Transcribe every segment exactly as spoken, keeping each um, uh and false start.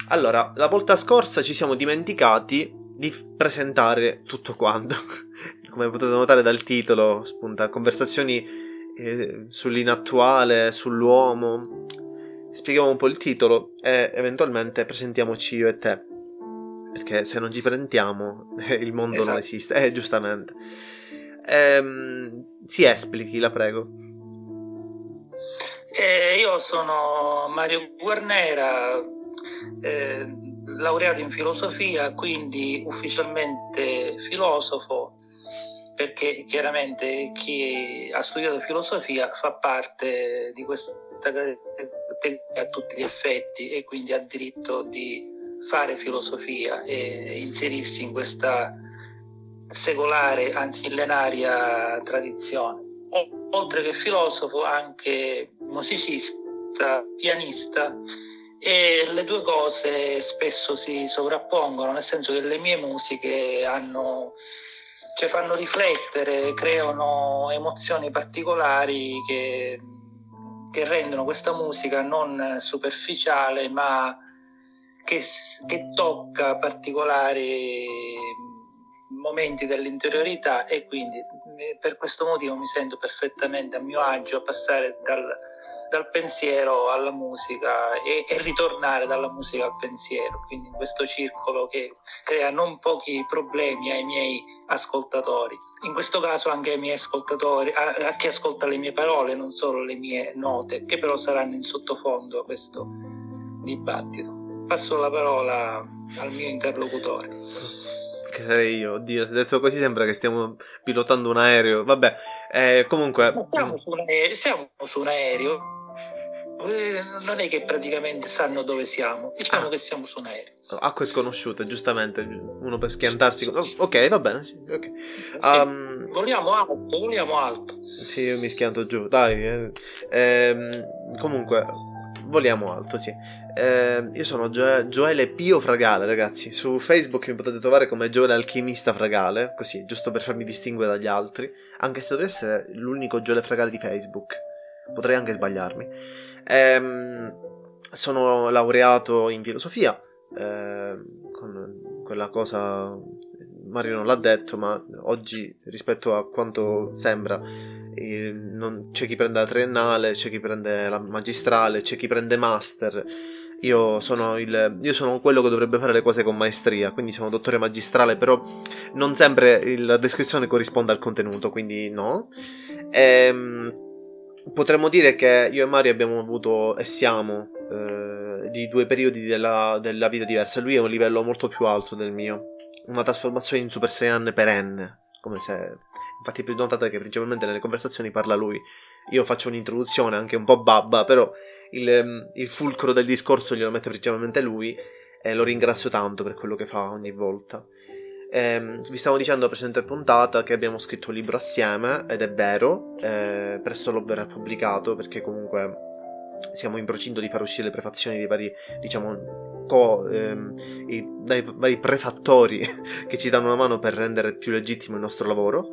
Allora, la volta scorsa ci siamo dimenticati di f- presentare tutto quanto. Come potete notare dal titolo, spunta conversazioni eh, sull'inattuale, sull'uomo. Spieghiamo un po' il titolo e eventualmente presentiamoci io e te. Perché se non ci presentiamo il mondo esatto. non esiste. Eh, giustamente. Ehm, si esplichi, la prego. Eh, io sono Mario Guarnera, eh, laureato in filosofia, quindi ufficialmente filosofo, perché chiaramente chi ha studiato filosofia fa parte di questa categoria a tutti gli effetti e quindi ha diritto di fare filosofia e inserirsi in questa secolare, anzi millenaria tradizione. Oltre che filosofo, anche musicista, pianista, e le due cose spesso si sovrappongono, nel senso che le mie musiche hanno, cioè fanno riflettere, creano emozioni particolari che, che rendono questa musica non superficiale, ma che, che tocca particolari momenti dell'interiorità, e quindi per questo motivo mi sento perfettamente a mio agio a passare dal, dal pensiero alla musica e, e ritornare dalla musica al pensiero, quindi in questo circolo che crea non pochi problemi ai miei ascoltatori, in questo caso anche ai miei ascoltatori, a, a chi ascolta le mie parole, non solo le mie note, che però saranno in sottofondo a questo dibattito. Passo la parola al mio interlocutore. Che sarei io, oddio, se detto così sembra che stiamo pilotando un aereo. Vabbè, eh, comunque Ma siamo, su un aereo, siamo su un aereo, eh, non è che praticamente sanno dove siamo, diciamo ah. che siamo su un aereo. Acque sconosciute, giustamente, uno per schiantarsi. Oh, ok, va bene, sì, okay. Sì, um, voliamo alto, voliamo alto. Sì, io mi schianto giù, dai. Eh. Eh, comunque, voliamo alto, sì. Eh, io sono Gio- Gioele Pio Fragale, ragazzi. Su Facebook mi potete trovare come Gioele Alchimista Fragale, così, giusto per farmi distinguere dagli altri. Anche se dovrei essere l'unico Gioele Fragale di Facebook. Potrei anche sbagliarmi. Eh, sono laureato in filosofia. Eh, con quella cosa Mario non l'ha detto, ma oggi rispetto a quanto sembra eh, non, c'è chi prende la triennale, c'è chi prende la magistrale, c'è chi prende master. Io sono, il, io sono quello che dovrebbe fare le cose con maestria, quindi sono dottore magistrale, però non sempre la descrizione corrisponde al contenuto, quindi no. Ehm, potremmo dire che io e Mario abbiamo avuto e siamo eh, di due periodi della, della vita diversa. Lui è un livello molto più alto del mio, una trasformazione in Super Saiyan perenne, come se... Infatti notate che principalmente nelle conversazioni parla lui. Io faccio un'introduzione anche un po' babba, però il, il fulcro del discorso glielo mette principalmente lui e lo ringrazio tanto per quello che fa ogni volta. Eh, vi stavo dicendo la precedente puntata che abbiamo scritto un libro assieme, ed è vero, eh, presto lo verrà pubblicato, perché comunque siamo in procinto di far uscire le prefazioni dei vari, diciamo, co, ehm, i, dai vari prefattori che ci danno una mano per rendere più legittimo il nostro lavoro.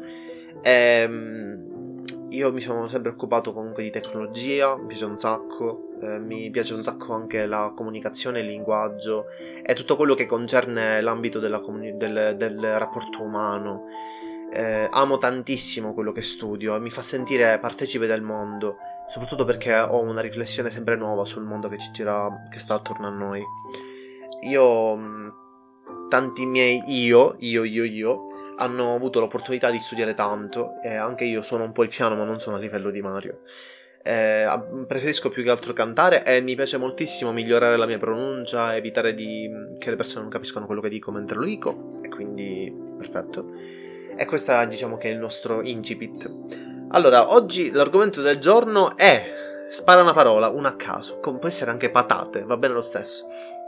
Ehm, io mi sono sempre occupato comunque di tecnologia, mi piace un sacco, eh, mi piace un sacco anche la comunicazione, il linguaggio e tutto quello che concerne l'ambito della comuni- del, del rapporto umano. Eh, amo tantissimo quello che studio e mi fa sentire partecipe del mondo, soprattutto perché ho una riflessione sempre nuova sul mondo che ci gira, che sta attorno a noi. Io, tanti miei io, io, io, io, hanno avuto l'opportunità di studiare tanto e anche io suono un po' il piano, ma non sono a livello di Mario. Eh, preferisco più che altro cantare e mi piace moltissimo migliorare la mia pronuncia, evitare di che le persone non capiscano quello che dico mentre lo dico, e quindi perfetto. E questa diciamo che è il nostro incipit. Allora, oggi l'argomento del giorno è spara una parola, una a caso, come può essere anche patate, va bene lo stesso.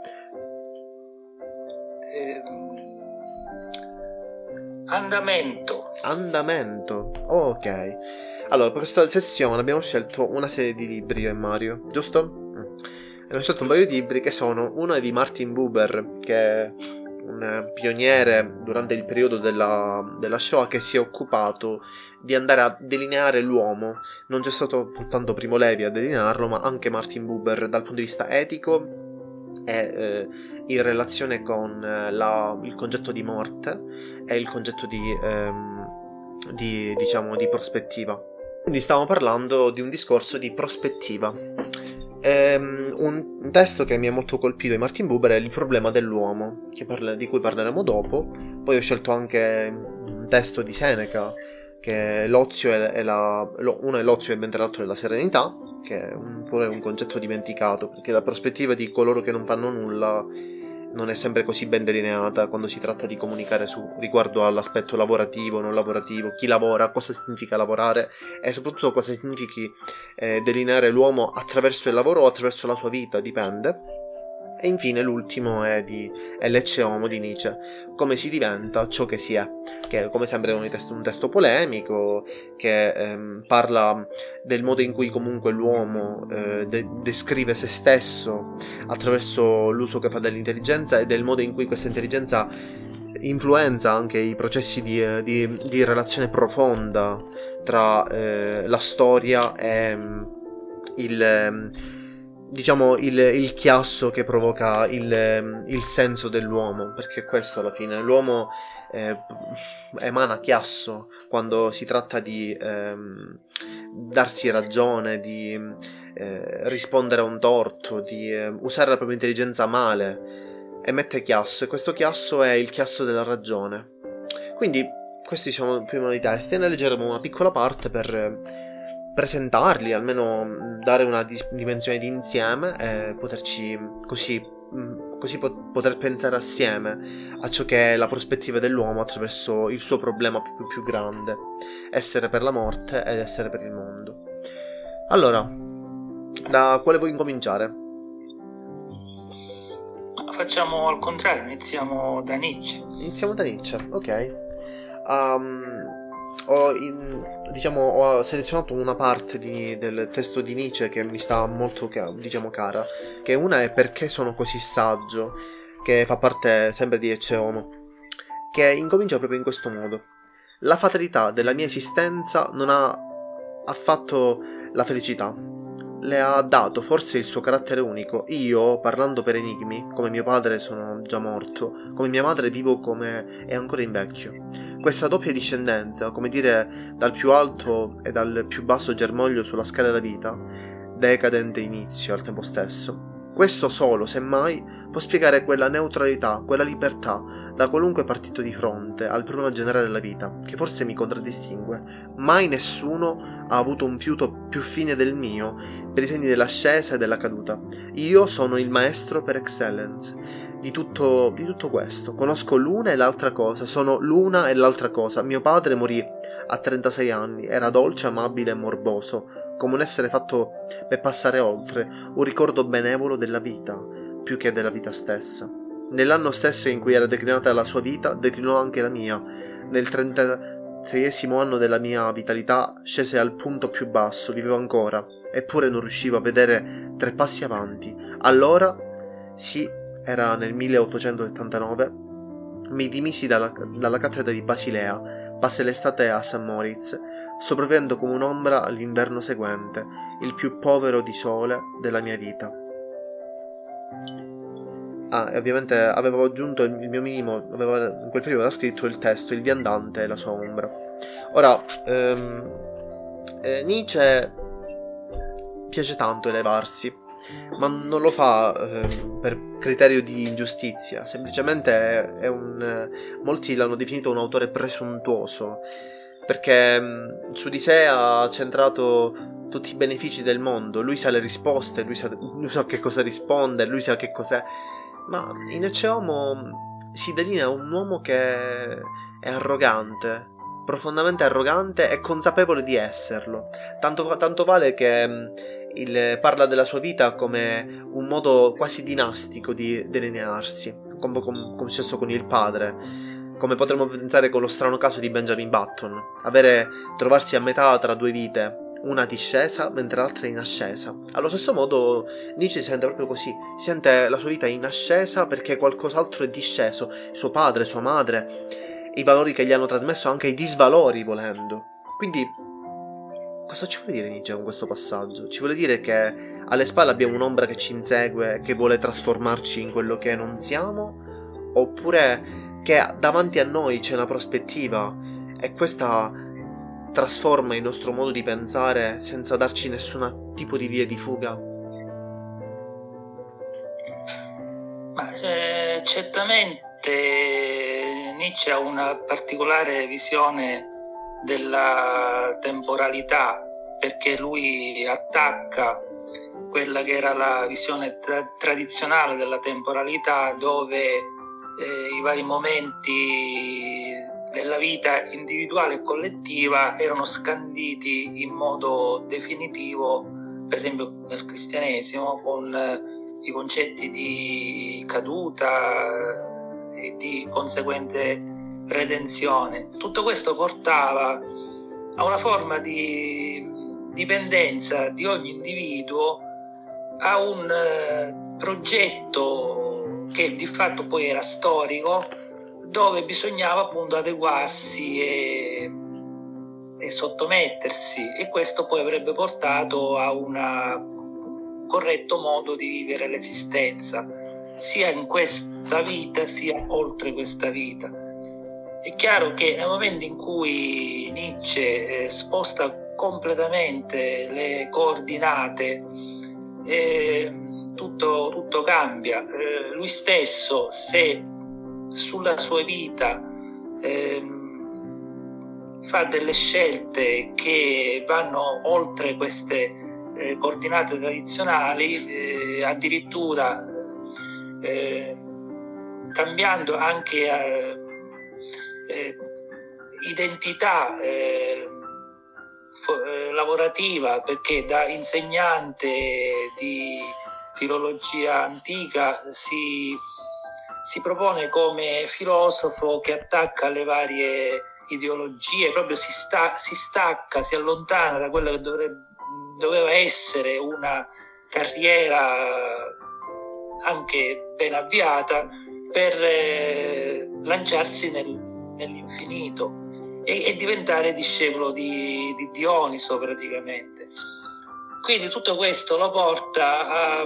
Eh, andamento. Andamento, oh, ok. Allora, per questa sessione abbiamo scelto una serie di libri, io e Mario, giusto? Mm. Abbiamo scelto un paio di libri che sono, uno è di Martin Buber, che è un pioniere durante il periodo della, della Shoah, che si è occupato di andare a delineare l'uomo. Non c'è stato soltanto Primo Levi a delinearlo, ma anche Martin Buber dal punto di vista etico è eh, in relazione con la, il concetto di morte e il concetto di, ehm, di, diciamo, di prospettiva. Quindi stiamo parlando di un discorso di prospettiva. Ehm, un testo che mi ha molto colpito di Martin Buber è Il problema dell'uomo, che parla, di cui parleremo dopo. Poi ho scelto anche un testo di Seneca, che l'ozio è, è la, lo, uno è l'ozio mentre l'altro è la serenità, che è un, pure un concetto dimenticato, perché la prospettiva di coloro che non fanno nulla non è sempre così ben delineata quando si tratta di comunicare su riguardo all'aspetto lavorativo, non lavorativo, chi lavora, cosa significa lavorare e soprattutto cosa significhi eh, delineare l'uomo attraverso il lavoro o attraverso la sua vita, dipende. E infine l'ultimo è di è l'Ecce Homo di Nietzsche, come si diventa ciò che si è, che come sempre è un testo, un testo polemico che ehm, parla del modo in cui comunque l'uomo eh, de- descrive se stesso attraverso l'uso che fa dell'intelligenza e del modo in cui questa intelligenza influenza anche i processi di, di, di relazione profonda tra eh, la storia e il... diciamo il, il chiasso che provoca il, il senso dell'uomo, perché questo alla fine l'uomo eh, emana chiasso quando si tratta di ehm, darsi ragione, di eh, rispondere a un torto, di eh, usare la propria intelligenza male, emette chiasso, e questo chiasso è il chiasso della ragione. Quindi questi sono più o meno i testi, e ne leggeremo una piccola parte per presentarli, almeno dare una dimensione di insieme e poterci così, così poter pensare assieme a ciò che è la prospettiva dell'uomo attraverso il suo problema più, più grande, essere per la morte ed essere per il mondo. Allora, da quale vuoi incominciare? Facciamo al contrario, iniziamo da Nietzsche. Iniziamo da Nietzsche, ok. Um, Ho, in, diciamo, ho selezionato una parte di, del testo di Nietzsche che mi sta molto, diciamo, cara, che una è Perché sono così saggio, che fa parte sempre di Ecce Homo, che incomincia proprio in questo modo: la fatalità della mia esistenza non ha affatto la felicità, le ha dato forse il suo carattere unico. Io, parlando per enigmi, come mio padre sono già morto, come mia madre vivo come è ancora invecchio. Questa doppia discendenza, come dire dal più alto e dal più basso germoglio sulla scala della vita, decadente inizio al tempo stesso. Questo solo, semmai, può spiegare quella neutralità, quella libertà, da qualunque partito di fronte al problema generale della vita, che forse mi contraddistingue. Mai nessuno ha avuto un fiuto più fine del mio per i segni dell'ascesa e della caduta. Io sono il maestro per excellence di tutto, di tutto questo. Conosco l'una e l'altra cosa, sono l'una e l'altra cosa. Mio padre morì a trentasei anni, era dolce, amabile e morboso, come un essere fatto per passare oltre, un ricordo benevolo della vita, più che della vita stessa. Nell'anno stesso in cui era declinata la sua vita, declinò anche la mia. Nel trentaseiesimo anno della mia vitalità scese al punto più basso, vivevo ancora, eppure non riuscivo a vedere tre passi avanti. Allora, sì, era nel milleottocentosettantanove, mi dimisi dalla, dalla cattedra di Basilea, passai l'estate a Saint Moritz, sopravvivendo come un'ombra all'inverno seguente, il più povero di sole della mia vita. Ah, e ovviamente avevo aggiunto il mio minimo, avevo in quel periodo scritto il testo Il viandante e la sua ombra. Ora, ehm, eh, Nietzsche piace tanto elevarsi, ma non lo fa eh, per criterio di ingiustizia, semplicemente è, è un eh, molti l'hanno definito un autore presuntuoso, perché mh, su di sé ha centrato tutti i benefici del mondo, lui sa le risposte, lui sa, lui sa che cosa risponde, lui sa che cos'è, ma in Ecce Homo si delinea un uomo che è arrogante, profondamente arrogante e consapevole di esserlo, tanto, tanto vale che mh, Il, parla della sua vita come un modo quasi dinastico di delinearsi, come, come, come successo con il padre, come potremmo pensare con lo strano caso di Benjamin Button, avere trovarsi a metà tra due vite, una discesa mentre l'altra in ascesa. Allo stesso modo Nietzsche si sente proprio così, si sente la sua vita in ascesa perché qualcos'altro è disceso, suo padre, sua madre, i valori che gli hanno trasmesso, anche i disvalori volendo. Quindi Cosa ci vuole dire Nietzsche con questo passaggio? Ci vuole dire che alle spalle abbiamo un'ombra che ci insegue, che vuole trasformarci in quello che non siamo? Oppure che davanti a noi c'è una prospettiva e questa trasforma il nostro modo di pensare senza darci nessun tipo di via di fuga? Ma eh, certamente Nietzsche ha una particolare visione della temporalità, perché lui attacca quella che era la visione tra- tradizionale della temporalità, dove eh, i vari momenti della vita individuale e collettiva erano scanditi in modo definitivo, per esempio nel cristianesimo, con eh, i concetti di caduta e di conseguente redenzione. Tutto questo portava a una forma di dipendenza di ogni individuo a un eh, progetto che di fatto poi era storico, dove bisognava appunto adeguarsi e, e sottomettersi, e questo poi avrebbe portato a un corretto modo di vivere l'esistenza, sia in questa vita sia oltre questa vita. È chiaro che nel momento in cui Nietzsche eh, sposta completamente le coordinate, eh, tutto, tutto cambia. Eh, lui stesso, se sulla sua vita eh, fa delle scelte che vanno oltre queste eh, coordinate tradizionali, eh, addirittura eh, cambiando anche eh, eh, identità eh, fo- eh, lavorativa, perché da insegnante di filologia antica si, si propone come filosofo che attacca le varie ideologie, proprio si, sta, si stacca, si allontana da quello che dovrebbe, doveva essere una carriera anche ben avviata, per eh, lanciarsi nel, nell'infinito e, e diventare discepolo di, di Dioniso praticamente. Quindi tutto questo lo porta a,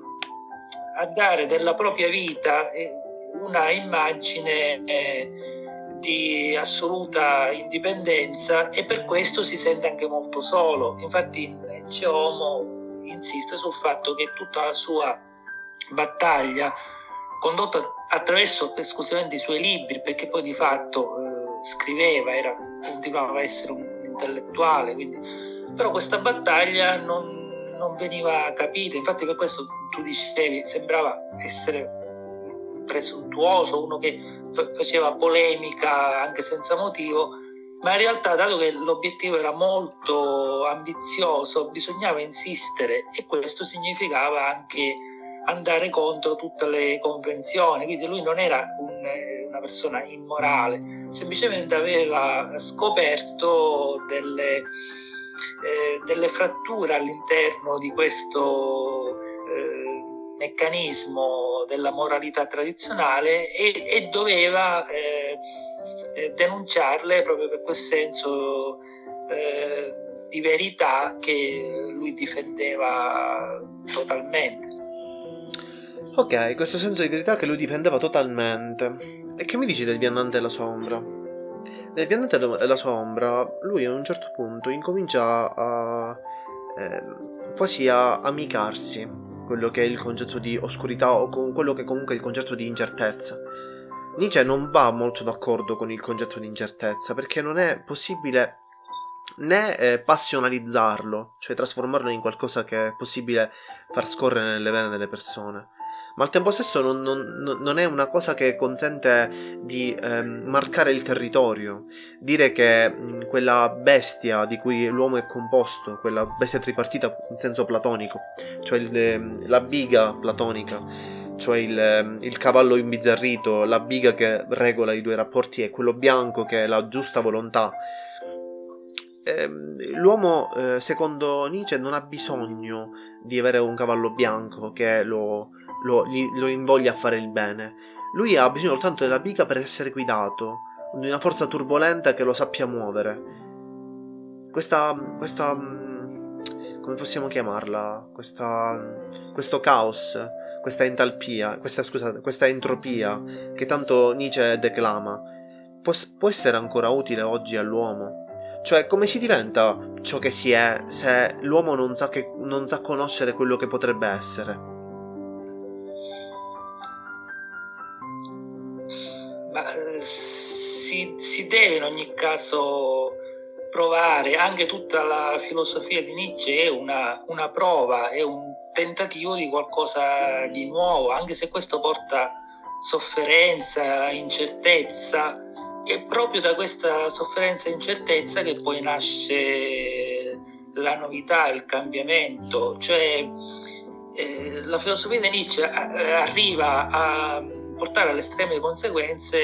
a dare della propria vita una immagine eh, di assoluta indipendenza, e per questo si sente anche molto solo. Infatti Ecce Homo insiste sul fatto che tutta la sua battaglia, condotta attraverso esclusivamente i suoi libri, perché poi di fatto eh, scriveva, era, continuava a essere un intellettuale, quindi, però questa battaglia non, non veniva capita. Infatti per questo tu dicevi, sembrava essere presuntuoso, uno che f- faceva polemica anche senza motivo, ma in realtà, dato che l'obiettivo era molto ambizioso, bisognava insistere, e questo significava anche andare contro tutte le convenzioni. Quindi lui non era un, una persona immorale, semplicemente aveva scoperto delle, eh, delle fratture all'interno di questo eh, meccanismo della moralità tradizionale, e, e doveva eh, denunciarle proprio per quel senso eh, di verità che lui difendeva totalmente. Ok, questo senso di verità che lui difendeva totalmente. E che mi dici del viandante della sua ombra? Nel viandante della sua ombra, lui a un certo punto incomincia a eh, quasi a amicarsi quello che è il concetto di oscurità, o con quello che comunque è il concetto di incertezza. Nietzsche non va molto d'accordo con il concetto di incertezza, perché non è possibile né eh, passionalizzarlo, cioè trasformarlo in qualcosa che è possibile far scorrere nelle vene delle persone, ma al tempo stesso non, non, non è una cosa che consente di ehm, marcare il territorio, dire che mh, quella bestia di cui l'uomo è composto, quella bestia tripartita in senso platonico, cioè il, la biga platonica, cioè il, il cavallo imbizzarrito, la biga che regola i due rapporti, e quello bianco che è la giusta volontà. Eh, l'uomo, eh, secondo Nietzsche, non ha bisogno di avere un cavallo bianco che lo, lo, gli, lo invoglia a fare il bene. Lui ha bisogno soltanto della biga per essere guidato, di una forza turbolenta che lo sappia muovere. questa, questa come possiamo chiamarla? Questa, questo caos, questa entalpia, questa, scusate, questa entropia che tanto Nietzsche declama, può, può essere ancora utile oggi all'uomo? Cioè, come si diventa ciò che si è se l'uomo non sa, che, non sa conoscere quello che potrebbe essere? Ma eh, si, si deve in ogni caso provare. Anche tutta la filosofia di Nietzsche è una, una prova, è un tentativo di qualcosa di nuovo, anche se questo porta sofferenza, incertezza. È proprio da questa sofferenza e incertezza che poi nasce la novità, il cambiamento. Cioè eh, la filosofia di Nietzsche arriva a portare alle estreme conseguenze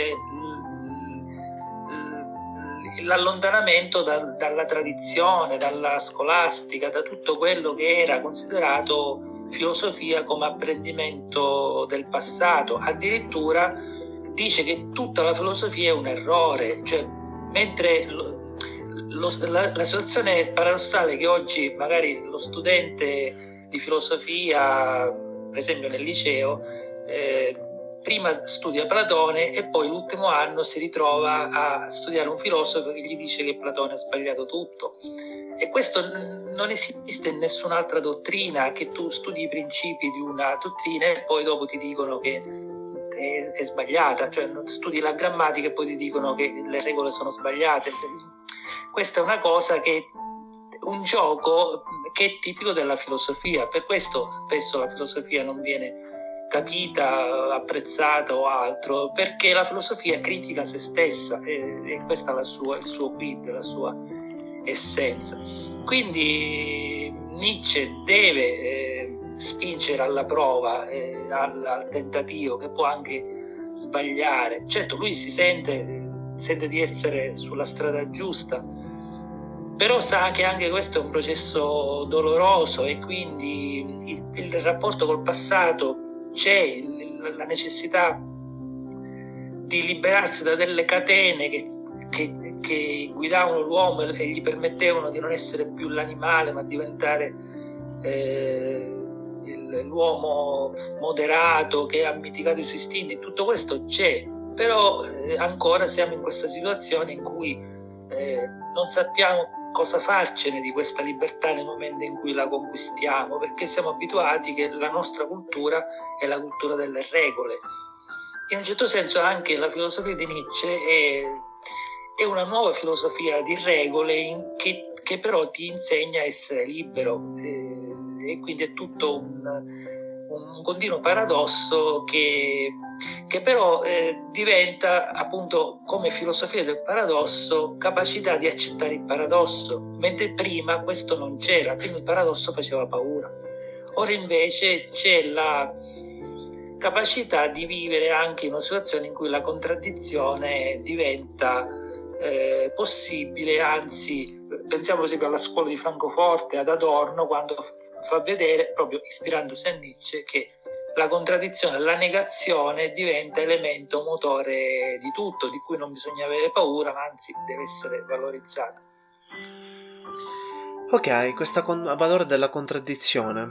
l'allontanamento da, dalla tradizione, dalla scolastica, da tutto quello che era considerato filosofia come apprendimento del passato. Addirittura dice che tutta la filosofia è un errore, cioè mentre lo, lo, la, la situazione paradossale che oggi magari lo studente di filosofia, per esempio nel liceo, eh, prima studia Platone e poi l'ultimo anno si ritrova a studiare un filosofo che gli dice che Platone ha sbagliato tutto. E questo non esiste in nessun'altra dottrina, che tu studi i principi di una dottrina e poi dopo ti dicono che è, è sbagliata, cioè studi la grammatica e poi ti dicono che le regole sono sbagliate. Questa è una cosa che un gioco che è tipico della filosofia. Per questo spesso la filosofia non viene capita, apprezzata o altro, perché la filosofia critica se stessa e, e questa è la sua, il suo quid, la sua essenza. Quindi Nietzsche deve eh, spingere alla prova, eh, al, al tentativo, che può anche sbagliare. Certo, lui si sente, sente di essere sulla strada giusta, però sa che anche questo è un processo doloroso e quindi il, il rapporto col passato, c'è la necessità di liberarsi da delle catene che, che, che guidavano l'uomo e gli permettevano di non essere più l'animale ma diventare eh, l'uomo moderato che ha mitigato i suoi istinti. Tutto questo c'è, però eh, ancora siamo in questa situazione in cui eh, non sappiamo cosa farcene di questa libertà nel momento in cui la conquistiamo, perché siamo abituati che la nostra cultura è la cultura delle regole. In un certo senso anche la filosofia di Nietzsche è, è una nuova filosofia di regole in, che, che però ti insegna a essere libero, eh, e quindi è tutto un, un continuo paradosso che, che però eh, diventa appunto, come filosofia del paradosso, capacità di accettare il paradosso, mentre prima questo non c'era, prima il paradosso faceva paura. Ora invece c'è la capacità di vivere anche in una situazione in cui la contraddizione diventa eh, possibile, anzi pensiamo per esempio alla scuola di Francoforte, ad Adorno, quando f- fa vedere, proprio ispirandosi a Nietzsche, che la contraddizione, la negazione diventa elemento motore di tutto, di cui non bisogna avere paura, ma anzi deve essere valorizzata. Ok, questo con- valore della contraddizione.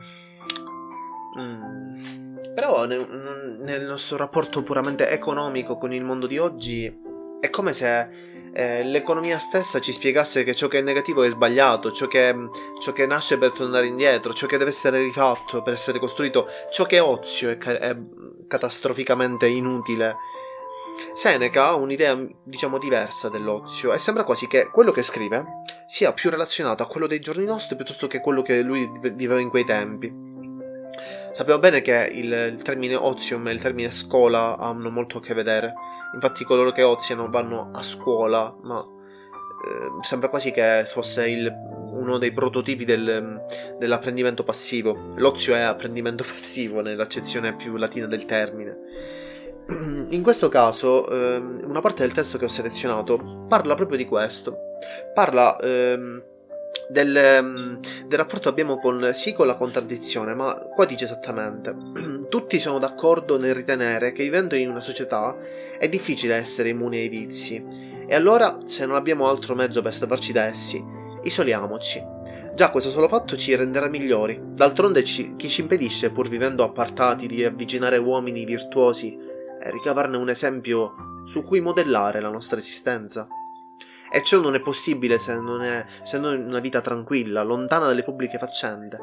Mm. Però nel, nel nostro rapporto puramente economico con il mondo di oggi è come se eh, l'economia stessa ci spiegasse che ciò che è negativo è sbagliato, ciò che, ciò che nasce per tornare indietro, ciò che deve essere rifatto per essere costruito, ciò che è ozio è, ca- è catastroficamente inutile. Seneca ha un'idea, diciamo, diversa dell'ozio e sembra quasi che quello che scrive sia più relazionato a quello dei giorni nostri piuttosto che quello che lui viveva in quei tempi. Sappiamo bene che il, il termine ozium e il termine scuola hanno molto a che vedere. Infatti coloro che oziano vanno a scuola, ma eh, sembra quasi che fosse il, uno dei prototipi del, dell'apprendimento passivo. L'ozio è apprendimento passivo nell'accezione più latina del termine. In questo caso eh, una parte del testo che ho selezionato parla proprio di questo. Parla eh, del, del rapporto che abbiamo con, sì, con la contraddizione, ma qua dice esattamente: tutti sono d'accordo nel ritenere che vivendo in una società è difficile essere immuni ai vizi, e allora, se non abbiamo altro mezzo per salvarci da essi, Isoliamoci. Già questo solo fatto ci renderà migliori. D'altronde ci, chi ci impedisce, pur vivendo appartati, di avvicinare uomini virtuosi e ricavarne un esempio su cui modellare la nostra esistenza? E ciò non è possibile se non è se non una vita tranquilla, lontana dalle pubbliche faccende.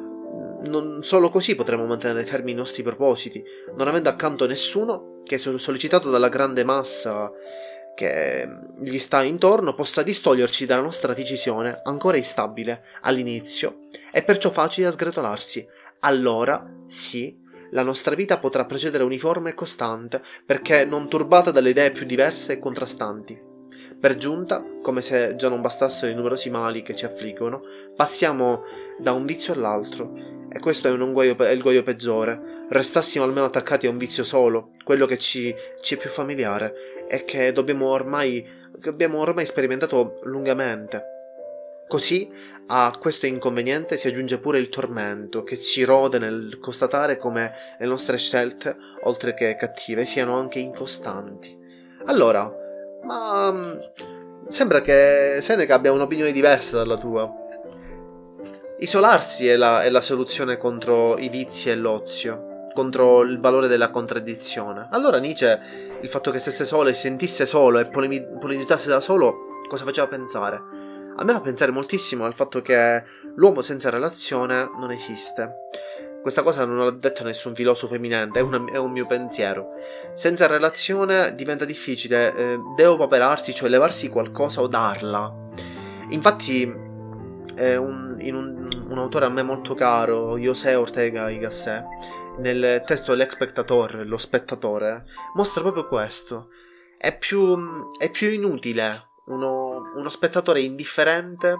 Non solo così potremo mantenere fermi i nostri propositi, non avendo accanto nessuno che, sollecitato dalla grande massa che gli sta intorno, possa distoglierci dalla nostra decisione, ancora instabile all'inizio e perciò facile a sgretolarsi. Allora, sì, la nostra vita potrà procedere uniforme e costante, perché non turbata dalle idee più diverse e contrastanti. Per giunta, come se già non bastassero i numerosi mali che ci affliggono, passiamo da un vizio all'altro. E questo è, un guaio, è il guaio peggiore. Restassimo almeno attaccati a un vizio solo, quello che ci, ci è più familiare e che dobbiamo ormai, che abbiamo ormai sperimentato lungamente. Così a questo inconveniente si aggiunge pure il tormento che ci rode nel constatare come le nostre scelte, oltre che cattive, siano anche incostanti. Allora, ma sembra che Seneca abbia un'opinione diversa dalla tua. Isolarsi è la, è la soluzione contro i vizi e l'ozio, contro il valore della contraddizione. Allora Nietzsche, il fatto che stesse solo e si sentisse solo e polemi- polemizzasse da solo, cosa faceva pensare? A me fa pensare moltissimo al fatto che l'uomo senza relazione non esiste. Questa cosa non l'ha detto nessun filosofo eminente, è, una, è un mio pensiero. Senza relazione diventa difficile eh, deopaperarsi, cioè levarsi qualcosa o darla. Infatti eh, un, in un, un autore a me molto caro, José Ortega y Gasset, nel testo L'Ex Spectator, lo spettatore, mostra proprio questo. È più, è più inutile uno, uno spettatore indifferente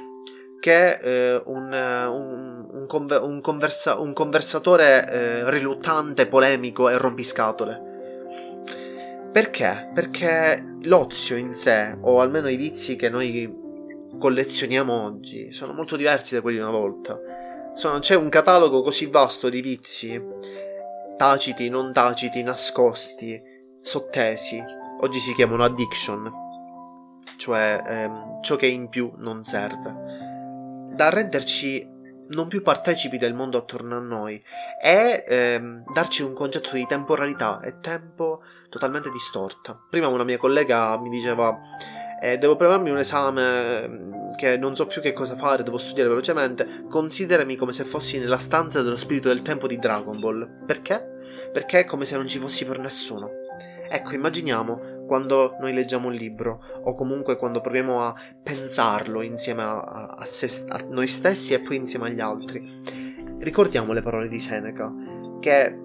che eh, un, un, un, conver- un, conversa- un conversatore eh, riluttante, polemico e rompiscatole. Perché? Perché l'ozio in sé, o almeno i vizi che noi collezioniamo oggi, sono molto diversi da quelli di una volta. Sono, c'è un catalogo così vasto di vizi, taciti, non taciti, nascosti, sottesi. Oggi si chiamano addiction, cioè ehm, ciò che in più non serve, da renderci non più partecipi del mondo attorno a noi e ehm, darci un concetto di temporalità e tempo totalmente distorta. Prima una mia collega mi diceva eh, devo prepararmi un esame che non so più che cosa fare, devo studiare velocemente, considerami come se fossi nella stanza dello spirito del tempo di Dragon Ball. Perché? Perché è come se non ci fossi per nessuno. Ecco, immaginiamo quando noi leggiamo un libro, o comunque quando proviamo a pensarlo insieme a, a, se, a noi stessi e poi insieme agli altri. Ricordiamo le parole di Seneca, che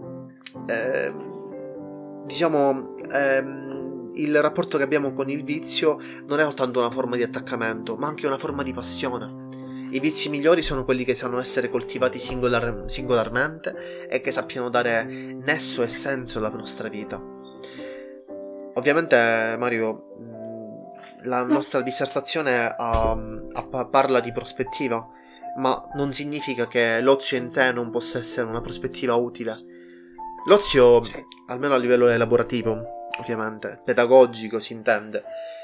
eh, diciamo eh, il rapporto che abbiamo con il vizio non è soltanto una forma di attaccamento, ma anche una forma di passione. I vizi migliori sono quelli che sanno essere coltivati singolar- singolarmente e che sappiano dare nesso e senso alla nostra vita. Ovviamente, Mario, la nostra dissertazione uh, uh, parla di prospettiva, ma non significa che l'ozio in sé non possa essere una prospettiva utile. L'ozio, almeno a livello elaborativo, ovviamente, pedagogico si intende,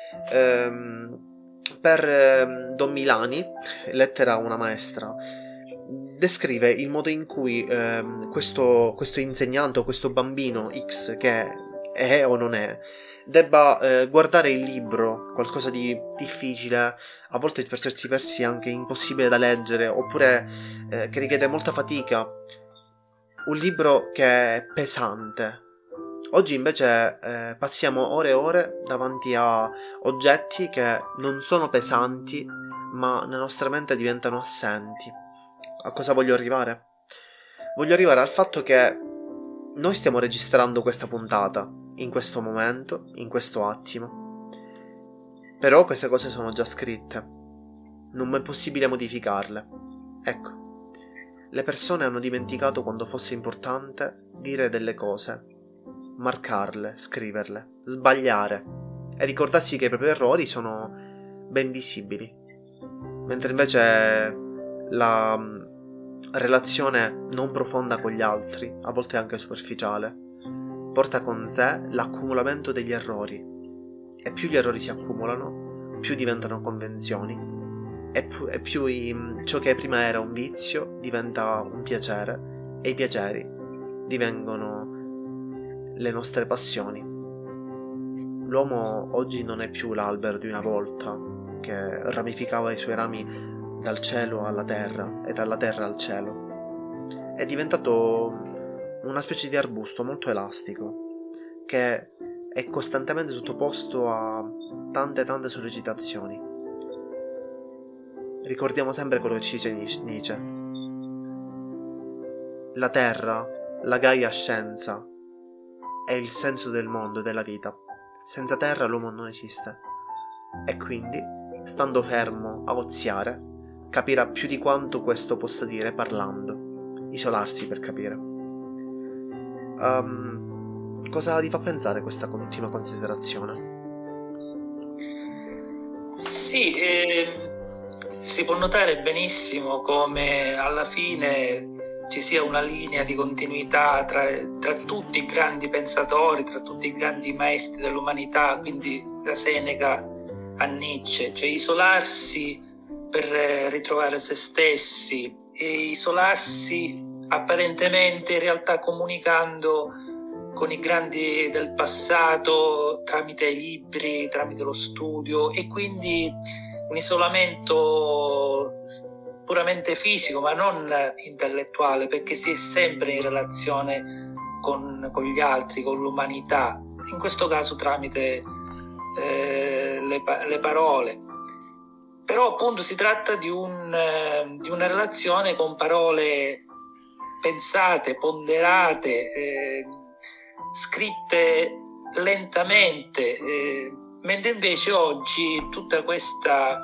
ehm, per ehm, Don Milani, lettera a una maestra, descrive il modo in cui ehm, questo, questo insegnante o questo bambino X, che è o non è, debba eh, guardare il libro, qualcosa di difficile, a volte per certi versi anche impossibile da leggere, oppure eh, che richiede molta fatica, un libro che è pesante. Oggi invece eh, passiamo ore e ore davanti a oggetti che non sono pesanti, ma nella nostra mente diventano assenti. A cosa voglio arrivare? Voglio arrivare al fatto che noi stiamo registrando questa puntata in questo momento, in questo attimo. Però queste cose sono già scritte. Non è possibile modificarle. Ecco, le persone hanno dimenticato quando fosse importante dire delle cose, marcarle, scriverle, sbagliare e ricordarsi che i propri errori sono ben visibili. Mentre invece la relazione non profonda con gli altri, a volte anche superficiale, porta con sé l'accumulamento degli errori, e più gli errori si accumulano, più diventano convenzioni, e, pu- e più i- ciò che prima era un vizio diventa un piacere, e i piaceri divengono le nostre passioni. L'uomo oggi non è più l'albero di una volta che ramificava i suoi rami dal cielo alla terra e dalla terra al cielo. È diventato una specie di arbusto molto elastico che è costantemente sottoposto a tante tante sollecitazioni. Ricordiamo sempre quello che ci dice Nietzsche: la terra, la gaia scienza, è il senso del mondo e della vita. Senza terra l'uomo non esiste, e quindi, stando fermo a oziare, capirà più di quanto questo possa dire parlando, isolarsi per capire. Um, cosa ti fa pensare questa continua considerazione? Sì, eh, si può notare benissimo come alla fine ci sia una linea di continuità tra, tra tutti i grandi pensatori, tra tutti i grandi maestri dell'umanità, quindi da Seneca a Nietzsche, cioè isolarsi per ritrovare se stessi, e isolarsi apparentemente in realtà comunicando con i grandi del passato tramite i libri, tramite lo studio, e quindi un isolamento puramente fisico ma non intellettuale, perché si è sempre in relazione con, con gli altri, con l'umanità, in questo caso tramite eh, le, le parole. Però appunto si tratta di, un, eh, di una relazione con parole pensate, ponderate, eh, scritte lentamente, eh, mentre invece oggi tutta questa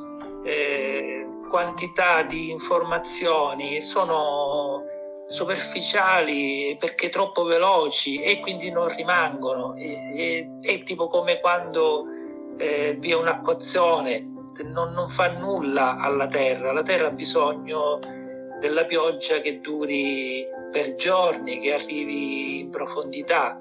eh, quantità di informazioni sono superficiali perché troppo veloci e quindi non rimangono. È, è tipo come quando eh, vi è un'acquazione, non, non fa nulla alla terra, la terra ha bisogno della pioggia che duri per giorni, che arrivi in profondità.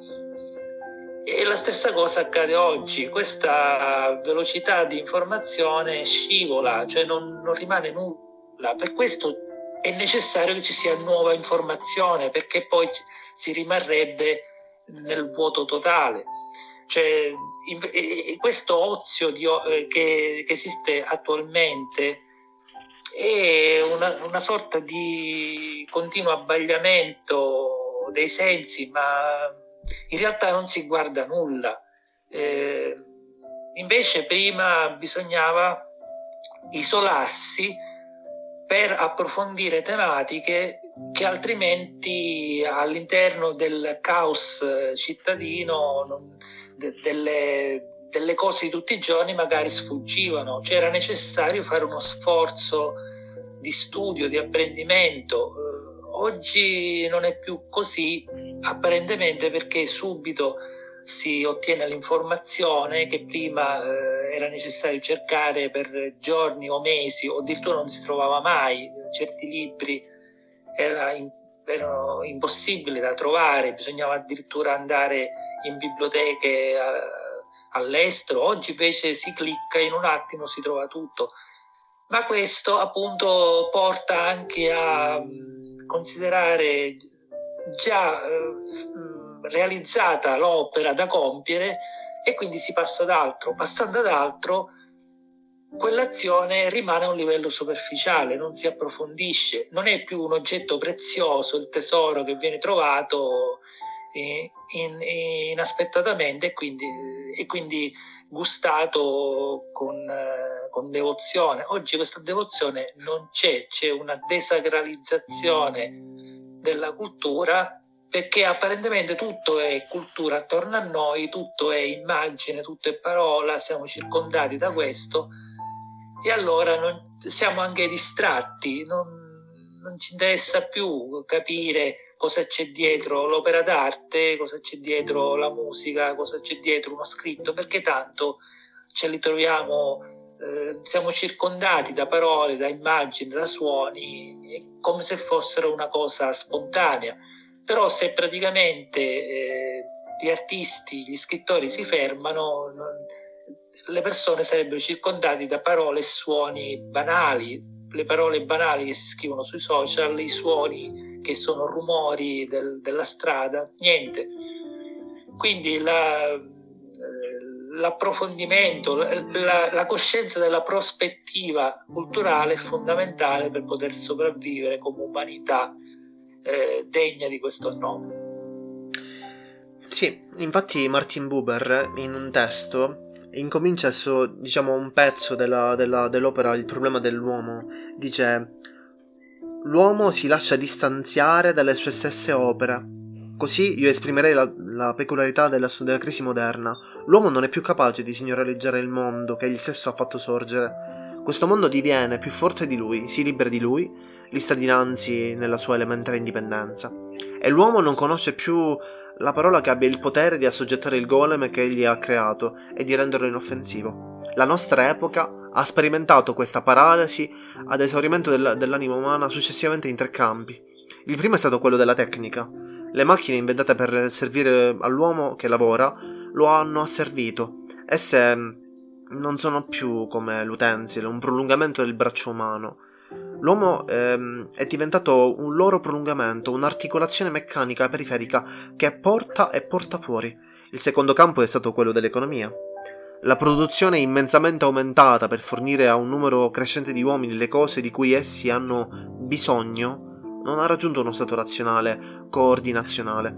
E la stessa cosa accade oggi, questa velocità di informazione scivola, cioè non, non rimane nulla. Per questo è necessario che ci sia nuova informazione, perché poi si rimarrebbe nel vuoto totale. Cioè, in, e questo ozio di, che, che esiste attualmente è una, una sorta di continuo abbagliamento dei sensi, ma in realtà non si guarda nulla. Eh, invece prima bisognava isolarsi per approfondire tematiche che altrimenti all'interno del caos cittadino non, de, delle, delle cose di tutti i giorni magari sfuggivano. C'era necessario fare uno sforzo di studio, di apprendimento. Oggi non è più così, apparentemente, perché subito si ottiene l'informazione che prima eh, era necessario cercare per giorni o mesi, o addirittura non si trovava mai. Certi libri era in, erano impossibili da trovare, bisognava addirittura andare in biblioteche a, all'estero. Oggi invece si clicca, in un attimo si trova tutto. Ma questo appunto porta anche a considerare già eh, realizzata l'opera da compiere, e quindi si passa ad altro. Passando ad altro, quell'azione rimane a un livello superficiale, non si approfondisce, non è più un oggetto prezioso, il tesoro che viene trovato in, in, inaspettatamente e quindi, e quindi gustato con, eh, con devozione. Oggi questa devozione non c'è, c'è una desacralizzazione della cultura, perché apparentemente tutto è cultura attorno a noi, tutto è immagine, tutto è parola, siamo circondati da questo, e allora non, siamo anche distratti, non, non ci interessa più capire cosa c'è dietro l'opera d'arte, cosa c'è dietro la musica, cosa c'è dietro uno scritto, perché tanto ce li troviamo, eh, siamo circondati da parole, da immagini, da suoni, come se fossero una cosa spontanea. Però se praticamente eh, gli artisti, gli scrittori si fermano, non, le persone sarebbero circondate da parole e suoni banali, le parole banali che si scrivono sui social, i suoni che sono rumori del, della strada, niente. Quindi la, l'approfondimento, la, la coscienza della prospettiva culturale è fondamentale per poter sopravvivere come umanità eh, degna di questo nome. Sì, infatti Martin Buber in un testo incomincia su, diciamo, un pezzo della, della, dell'opera Il problema dell'uomo. Dice: l'uomo si lascia distanziare dalle sue stesse opere. Così io esprimerei la, la peculiarità della, della crisi moderna. L'uomo non è più capace di signoreggiare il mondo che egli stesso ha fatto sorgere. Questo mondo diviene più forte di lui, si libera di lui, gli sta dinanzi nella sua elementare indipendenza. E l'uomo non conosce più la parola che abbia il potere di assoggettare il golem che egli ha creato e di renderlo inoffensivo. La nostra epoca ha sperimentato questa paralisi ad esaurimento del, dell'anima umana successivamente in tre campi. Il primo è stato quello della tecnica. Le macchine inventate per servire all'uomo che lavora lo hanno asservito. Esse non sono più come l'utensile, un prolungamento del braccio umano. L'uomo ehm, è diventato un loro prolungamento, un'articolazione meccanica periferica che porta e porta fuori. Il secondo campo è stato quello dell'economia. La produzione immensamente aumentata per fornire a un numero crescente di uomini le cose di cui essi hanno bisogno non ha raggiunto uno stato razionale, coordinazionale.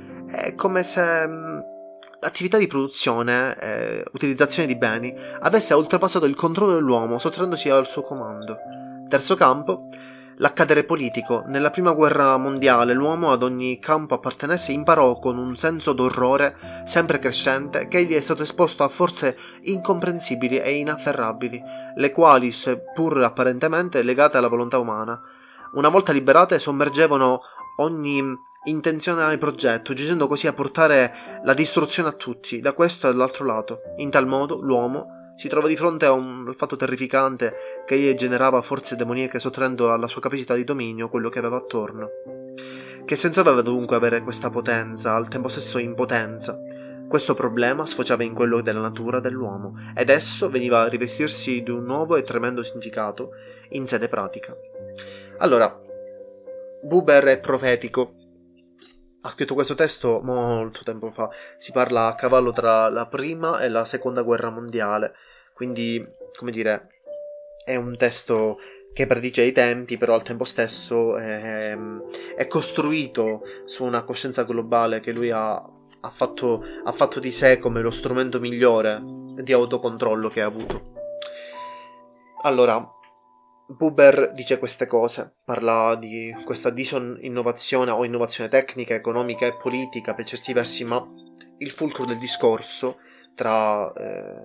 È come se mh, l'attività di produzione e eh, utilizzazione di beni avesse oltrepassato il controllo dell'uomo, sottraendosi al suo comando. Terzo campo, l'accadere politico. Nella prima guerra mondiale l'uomo ad ogni campo appartenesse imparò con un senso d'orrore sempre crescente che egli è stato esposto a forze incomprensibili e inafferrabili, le quali, seppur apparentemente legate alla volontà umana, una volta liberate sommergevano ogni intenzionale progetto, giungendo così a portare la distruzione a tutti, da questo e dall'altro lato. In tal modo l'uomo si trova di fronte a un fatto terrificante che egli generava forze demoniache sottraendo alla sua capacità di dominio quello che aveva attorno. Che senso aveva dunque avere questa potenza, al tempo stesso impotenza? Questo problema sfociava in quello della natura dell'uomo, ed esso veniva a rivestirsi di un nuovo e tremendo significato in sede pratica. Allora, Buber è profetico. Ha scritto questo testo molto tempo fa. Si parla a cavallo tra la prima e la seconda guerra mondiale. Quindi, come dire, è un testo che predice i tempi, però al tempo stesso è, è costruito su una coscienza globale che lui ha, ha, fatto, ha fatto di sé come lo strumento migliore di autocontrollo che ha avuto. Allora, Buber dice queste cose, parla di questa disinnovazione o innovazione tecnica, economica e politica per certi versi, ma il fulcro del discorso tra, eh,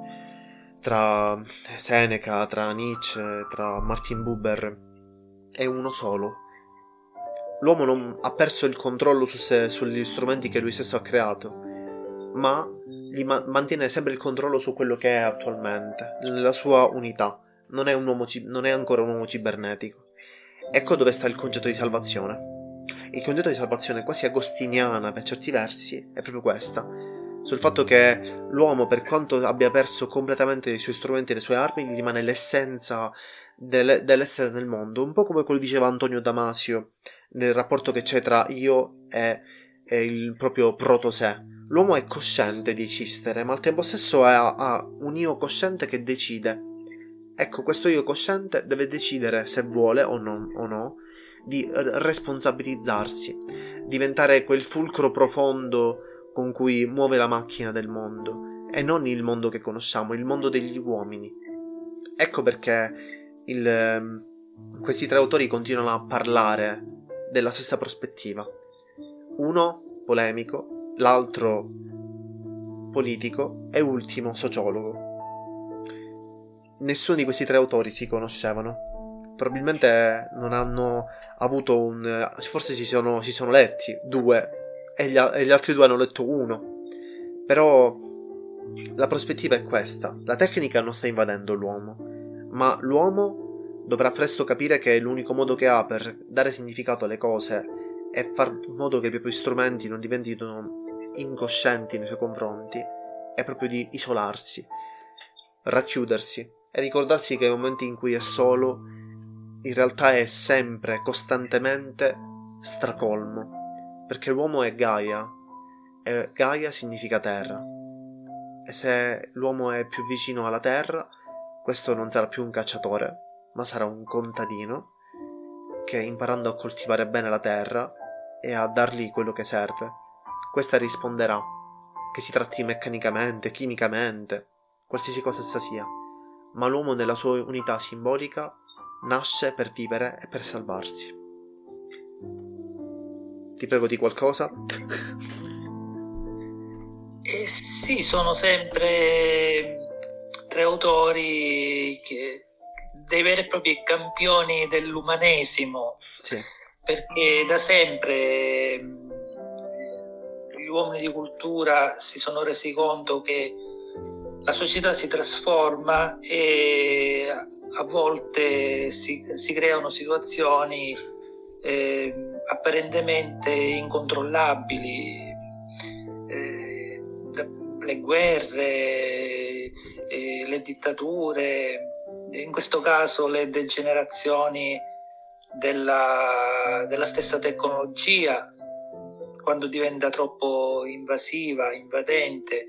tra Seneca, tra Nietzsche, tra Martin Buber è uno solo. L'uomo non ha perso il controllo su sé, sugli strumenti che lui stesso ha creato, ma gli ma- mantiene sempre il controllo su quello che è attualmente, nella sua unità. Non è, un uomo, non è ancora un uomo cibernetico. Ecco dove sta il concetto di salvazione. Il concetto di salvazione quasi agostiniana per certi versi è proprio questa, sul fatto che l'uomo, per quanto abbia perso completamente i suoi strumenti e le sue armi, gli rimane l'essenza delle, dell'essere nel mondo, un po' come quello diceva Antonio Damasio nel rapporto che c'è tra io e, e il proprio proto-sé. L'uomo è cosciente di esistere, ma al tempo stesso ha, ha un io cosciente che decide. Ecco, questo io cosciente deve decidere se vuole o, non, o no di responsabilizzarsi, diventare quel fulcro profondo con cui muove la macchina del mondo, e non il mondo che conosciamo, il mondo degli uomini. Ecco perché il, questi tre autori continuano a parlare della stessa prospettiva. Uno polemico, l'altro politico e ultimo sociologo. Nessuno di questi tre autori si conoscevano. Probabilmente non hanno avuto un... forse si sono, si sono letti due e gli, e gli altri due hanno letto uno. Però la prospettiva è questa. La tecnica non sta invadendo l'uomo, ma l'uomo dovrà presto capire che l'unico modo che ha per dare significato alle cose e far in modo che i propri strumenti non diventino incoscienti nei suoi confronti è proprio di isolarsi, racchiudersi e ricordarsi che nei momenti in cui è solo, in realtà è sempre, costantemente stracolmo, perché l'uomo è Gaia, e Gaia significa terra, e se l'uomo è più vicino alla terra, questo non sarà più un cacciatore, ma sarà un contadino che, imparando a coltivare bene la terra e a dargli quello che serve, questa risponderà, che si tratti meccanicamente, chimicamente, qualsiasi cosa essa sia, ma l'uomo nella sua unità simbolica nasce per vivere e per salvarsi. Ti prego di qualcosa? Eh sì, sono sempre tre autori che, dei veri e propri campioni dell'umanesimo, Sì. Perché da sempre gli uomini di cultura si sono resi conto che la società si trasforma e a volte si, si creano situazioni eh, apparentemente incontrollabili, eh, le guerre, eh, le dittature, in questo caso le degenerazioni della, della stessa tecnologia, quando diventa troppo invasiva, invadente.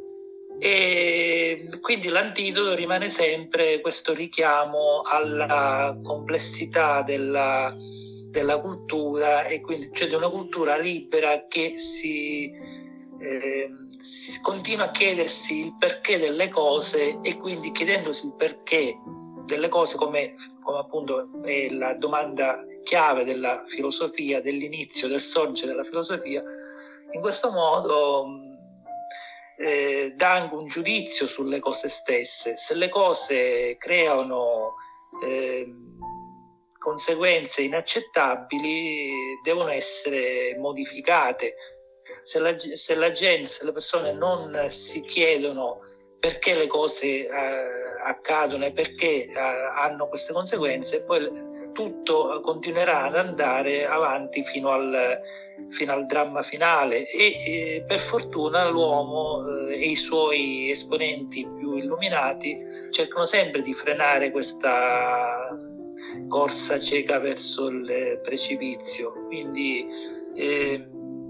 E quindi l'antidoto rimane sempre questo richiamo alla complessità della, della cultura, e quindi cioè di una cultura libera che si, eh, si continua a chiedersi il perché delle cose, e quindi chiedendosi il perché delle cose, come, come appunto è la domanda chiave della filosofia, dell'inizio, del sorgere della filosofia, in questo modo eh, dà anche un giudizio sulle cose stesse. Se le cose creano eh, conseguenze inaccettabili, devono essere modificate. Se la, se la gente, se le persone non si chiedono perché le cose eh, accadono e perché eh, hanno queste conseguenze, poi tutto continuerà ad andare avanti fino al, fino al dramma finale. E eh, per fortuna l'uomo eh, e i suoi esponenti più illuminati cercano sempre di frenare questa corsa cieca verso il precipizio. Quindi eh,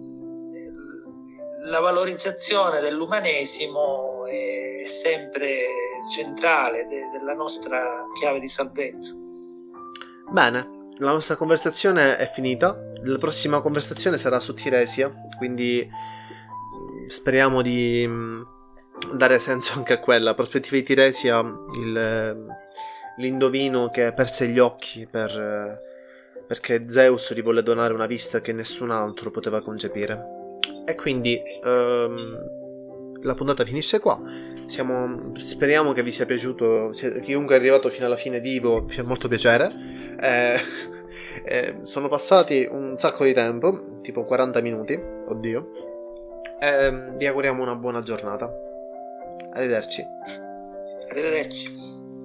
la valorizzazione dell'umanesimo è sempre centrale de- della nostra chiave di salvezza. Bene, la nostra conversazione è finita. La prossima conversazione sarà su Tiresia, quindi speriamo di dare senso anche a quella. Prospettiva di Tiresia, il, l'indovino che perse gli occhi per, perché Zeus gli volle donare una vista che nessun altro poteva concepire. E quindi um, la puntata finisce qua. Siamo, speriamo che vi sia piaciuto. Chiunque è arrivato fino alla fine vivo, mi fa molto piacere. Eh, eh, sono passati un sacco di tempo, tipo quaranta minuti. Oddio. Eh, vi auguriamo una buona giornata. Arrivederci. Arrivederci.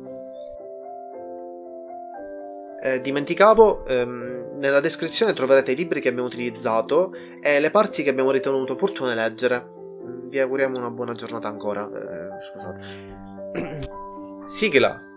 Eh, dimenticavo, ehm, nella descrizione troverete i libri che abbiamo utilizzato e le parti che abbiamo ritenuto opportune leggere. Vi auguriamo una buona giornata ancora. Eh, scusate. Sigla.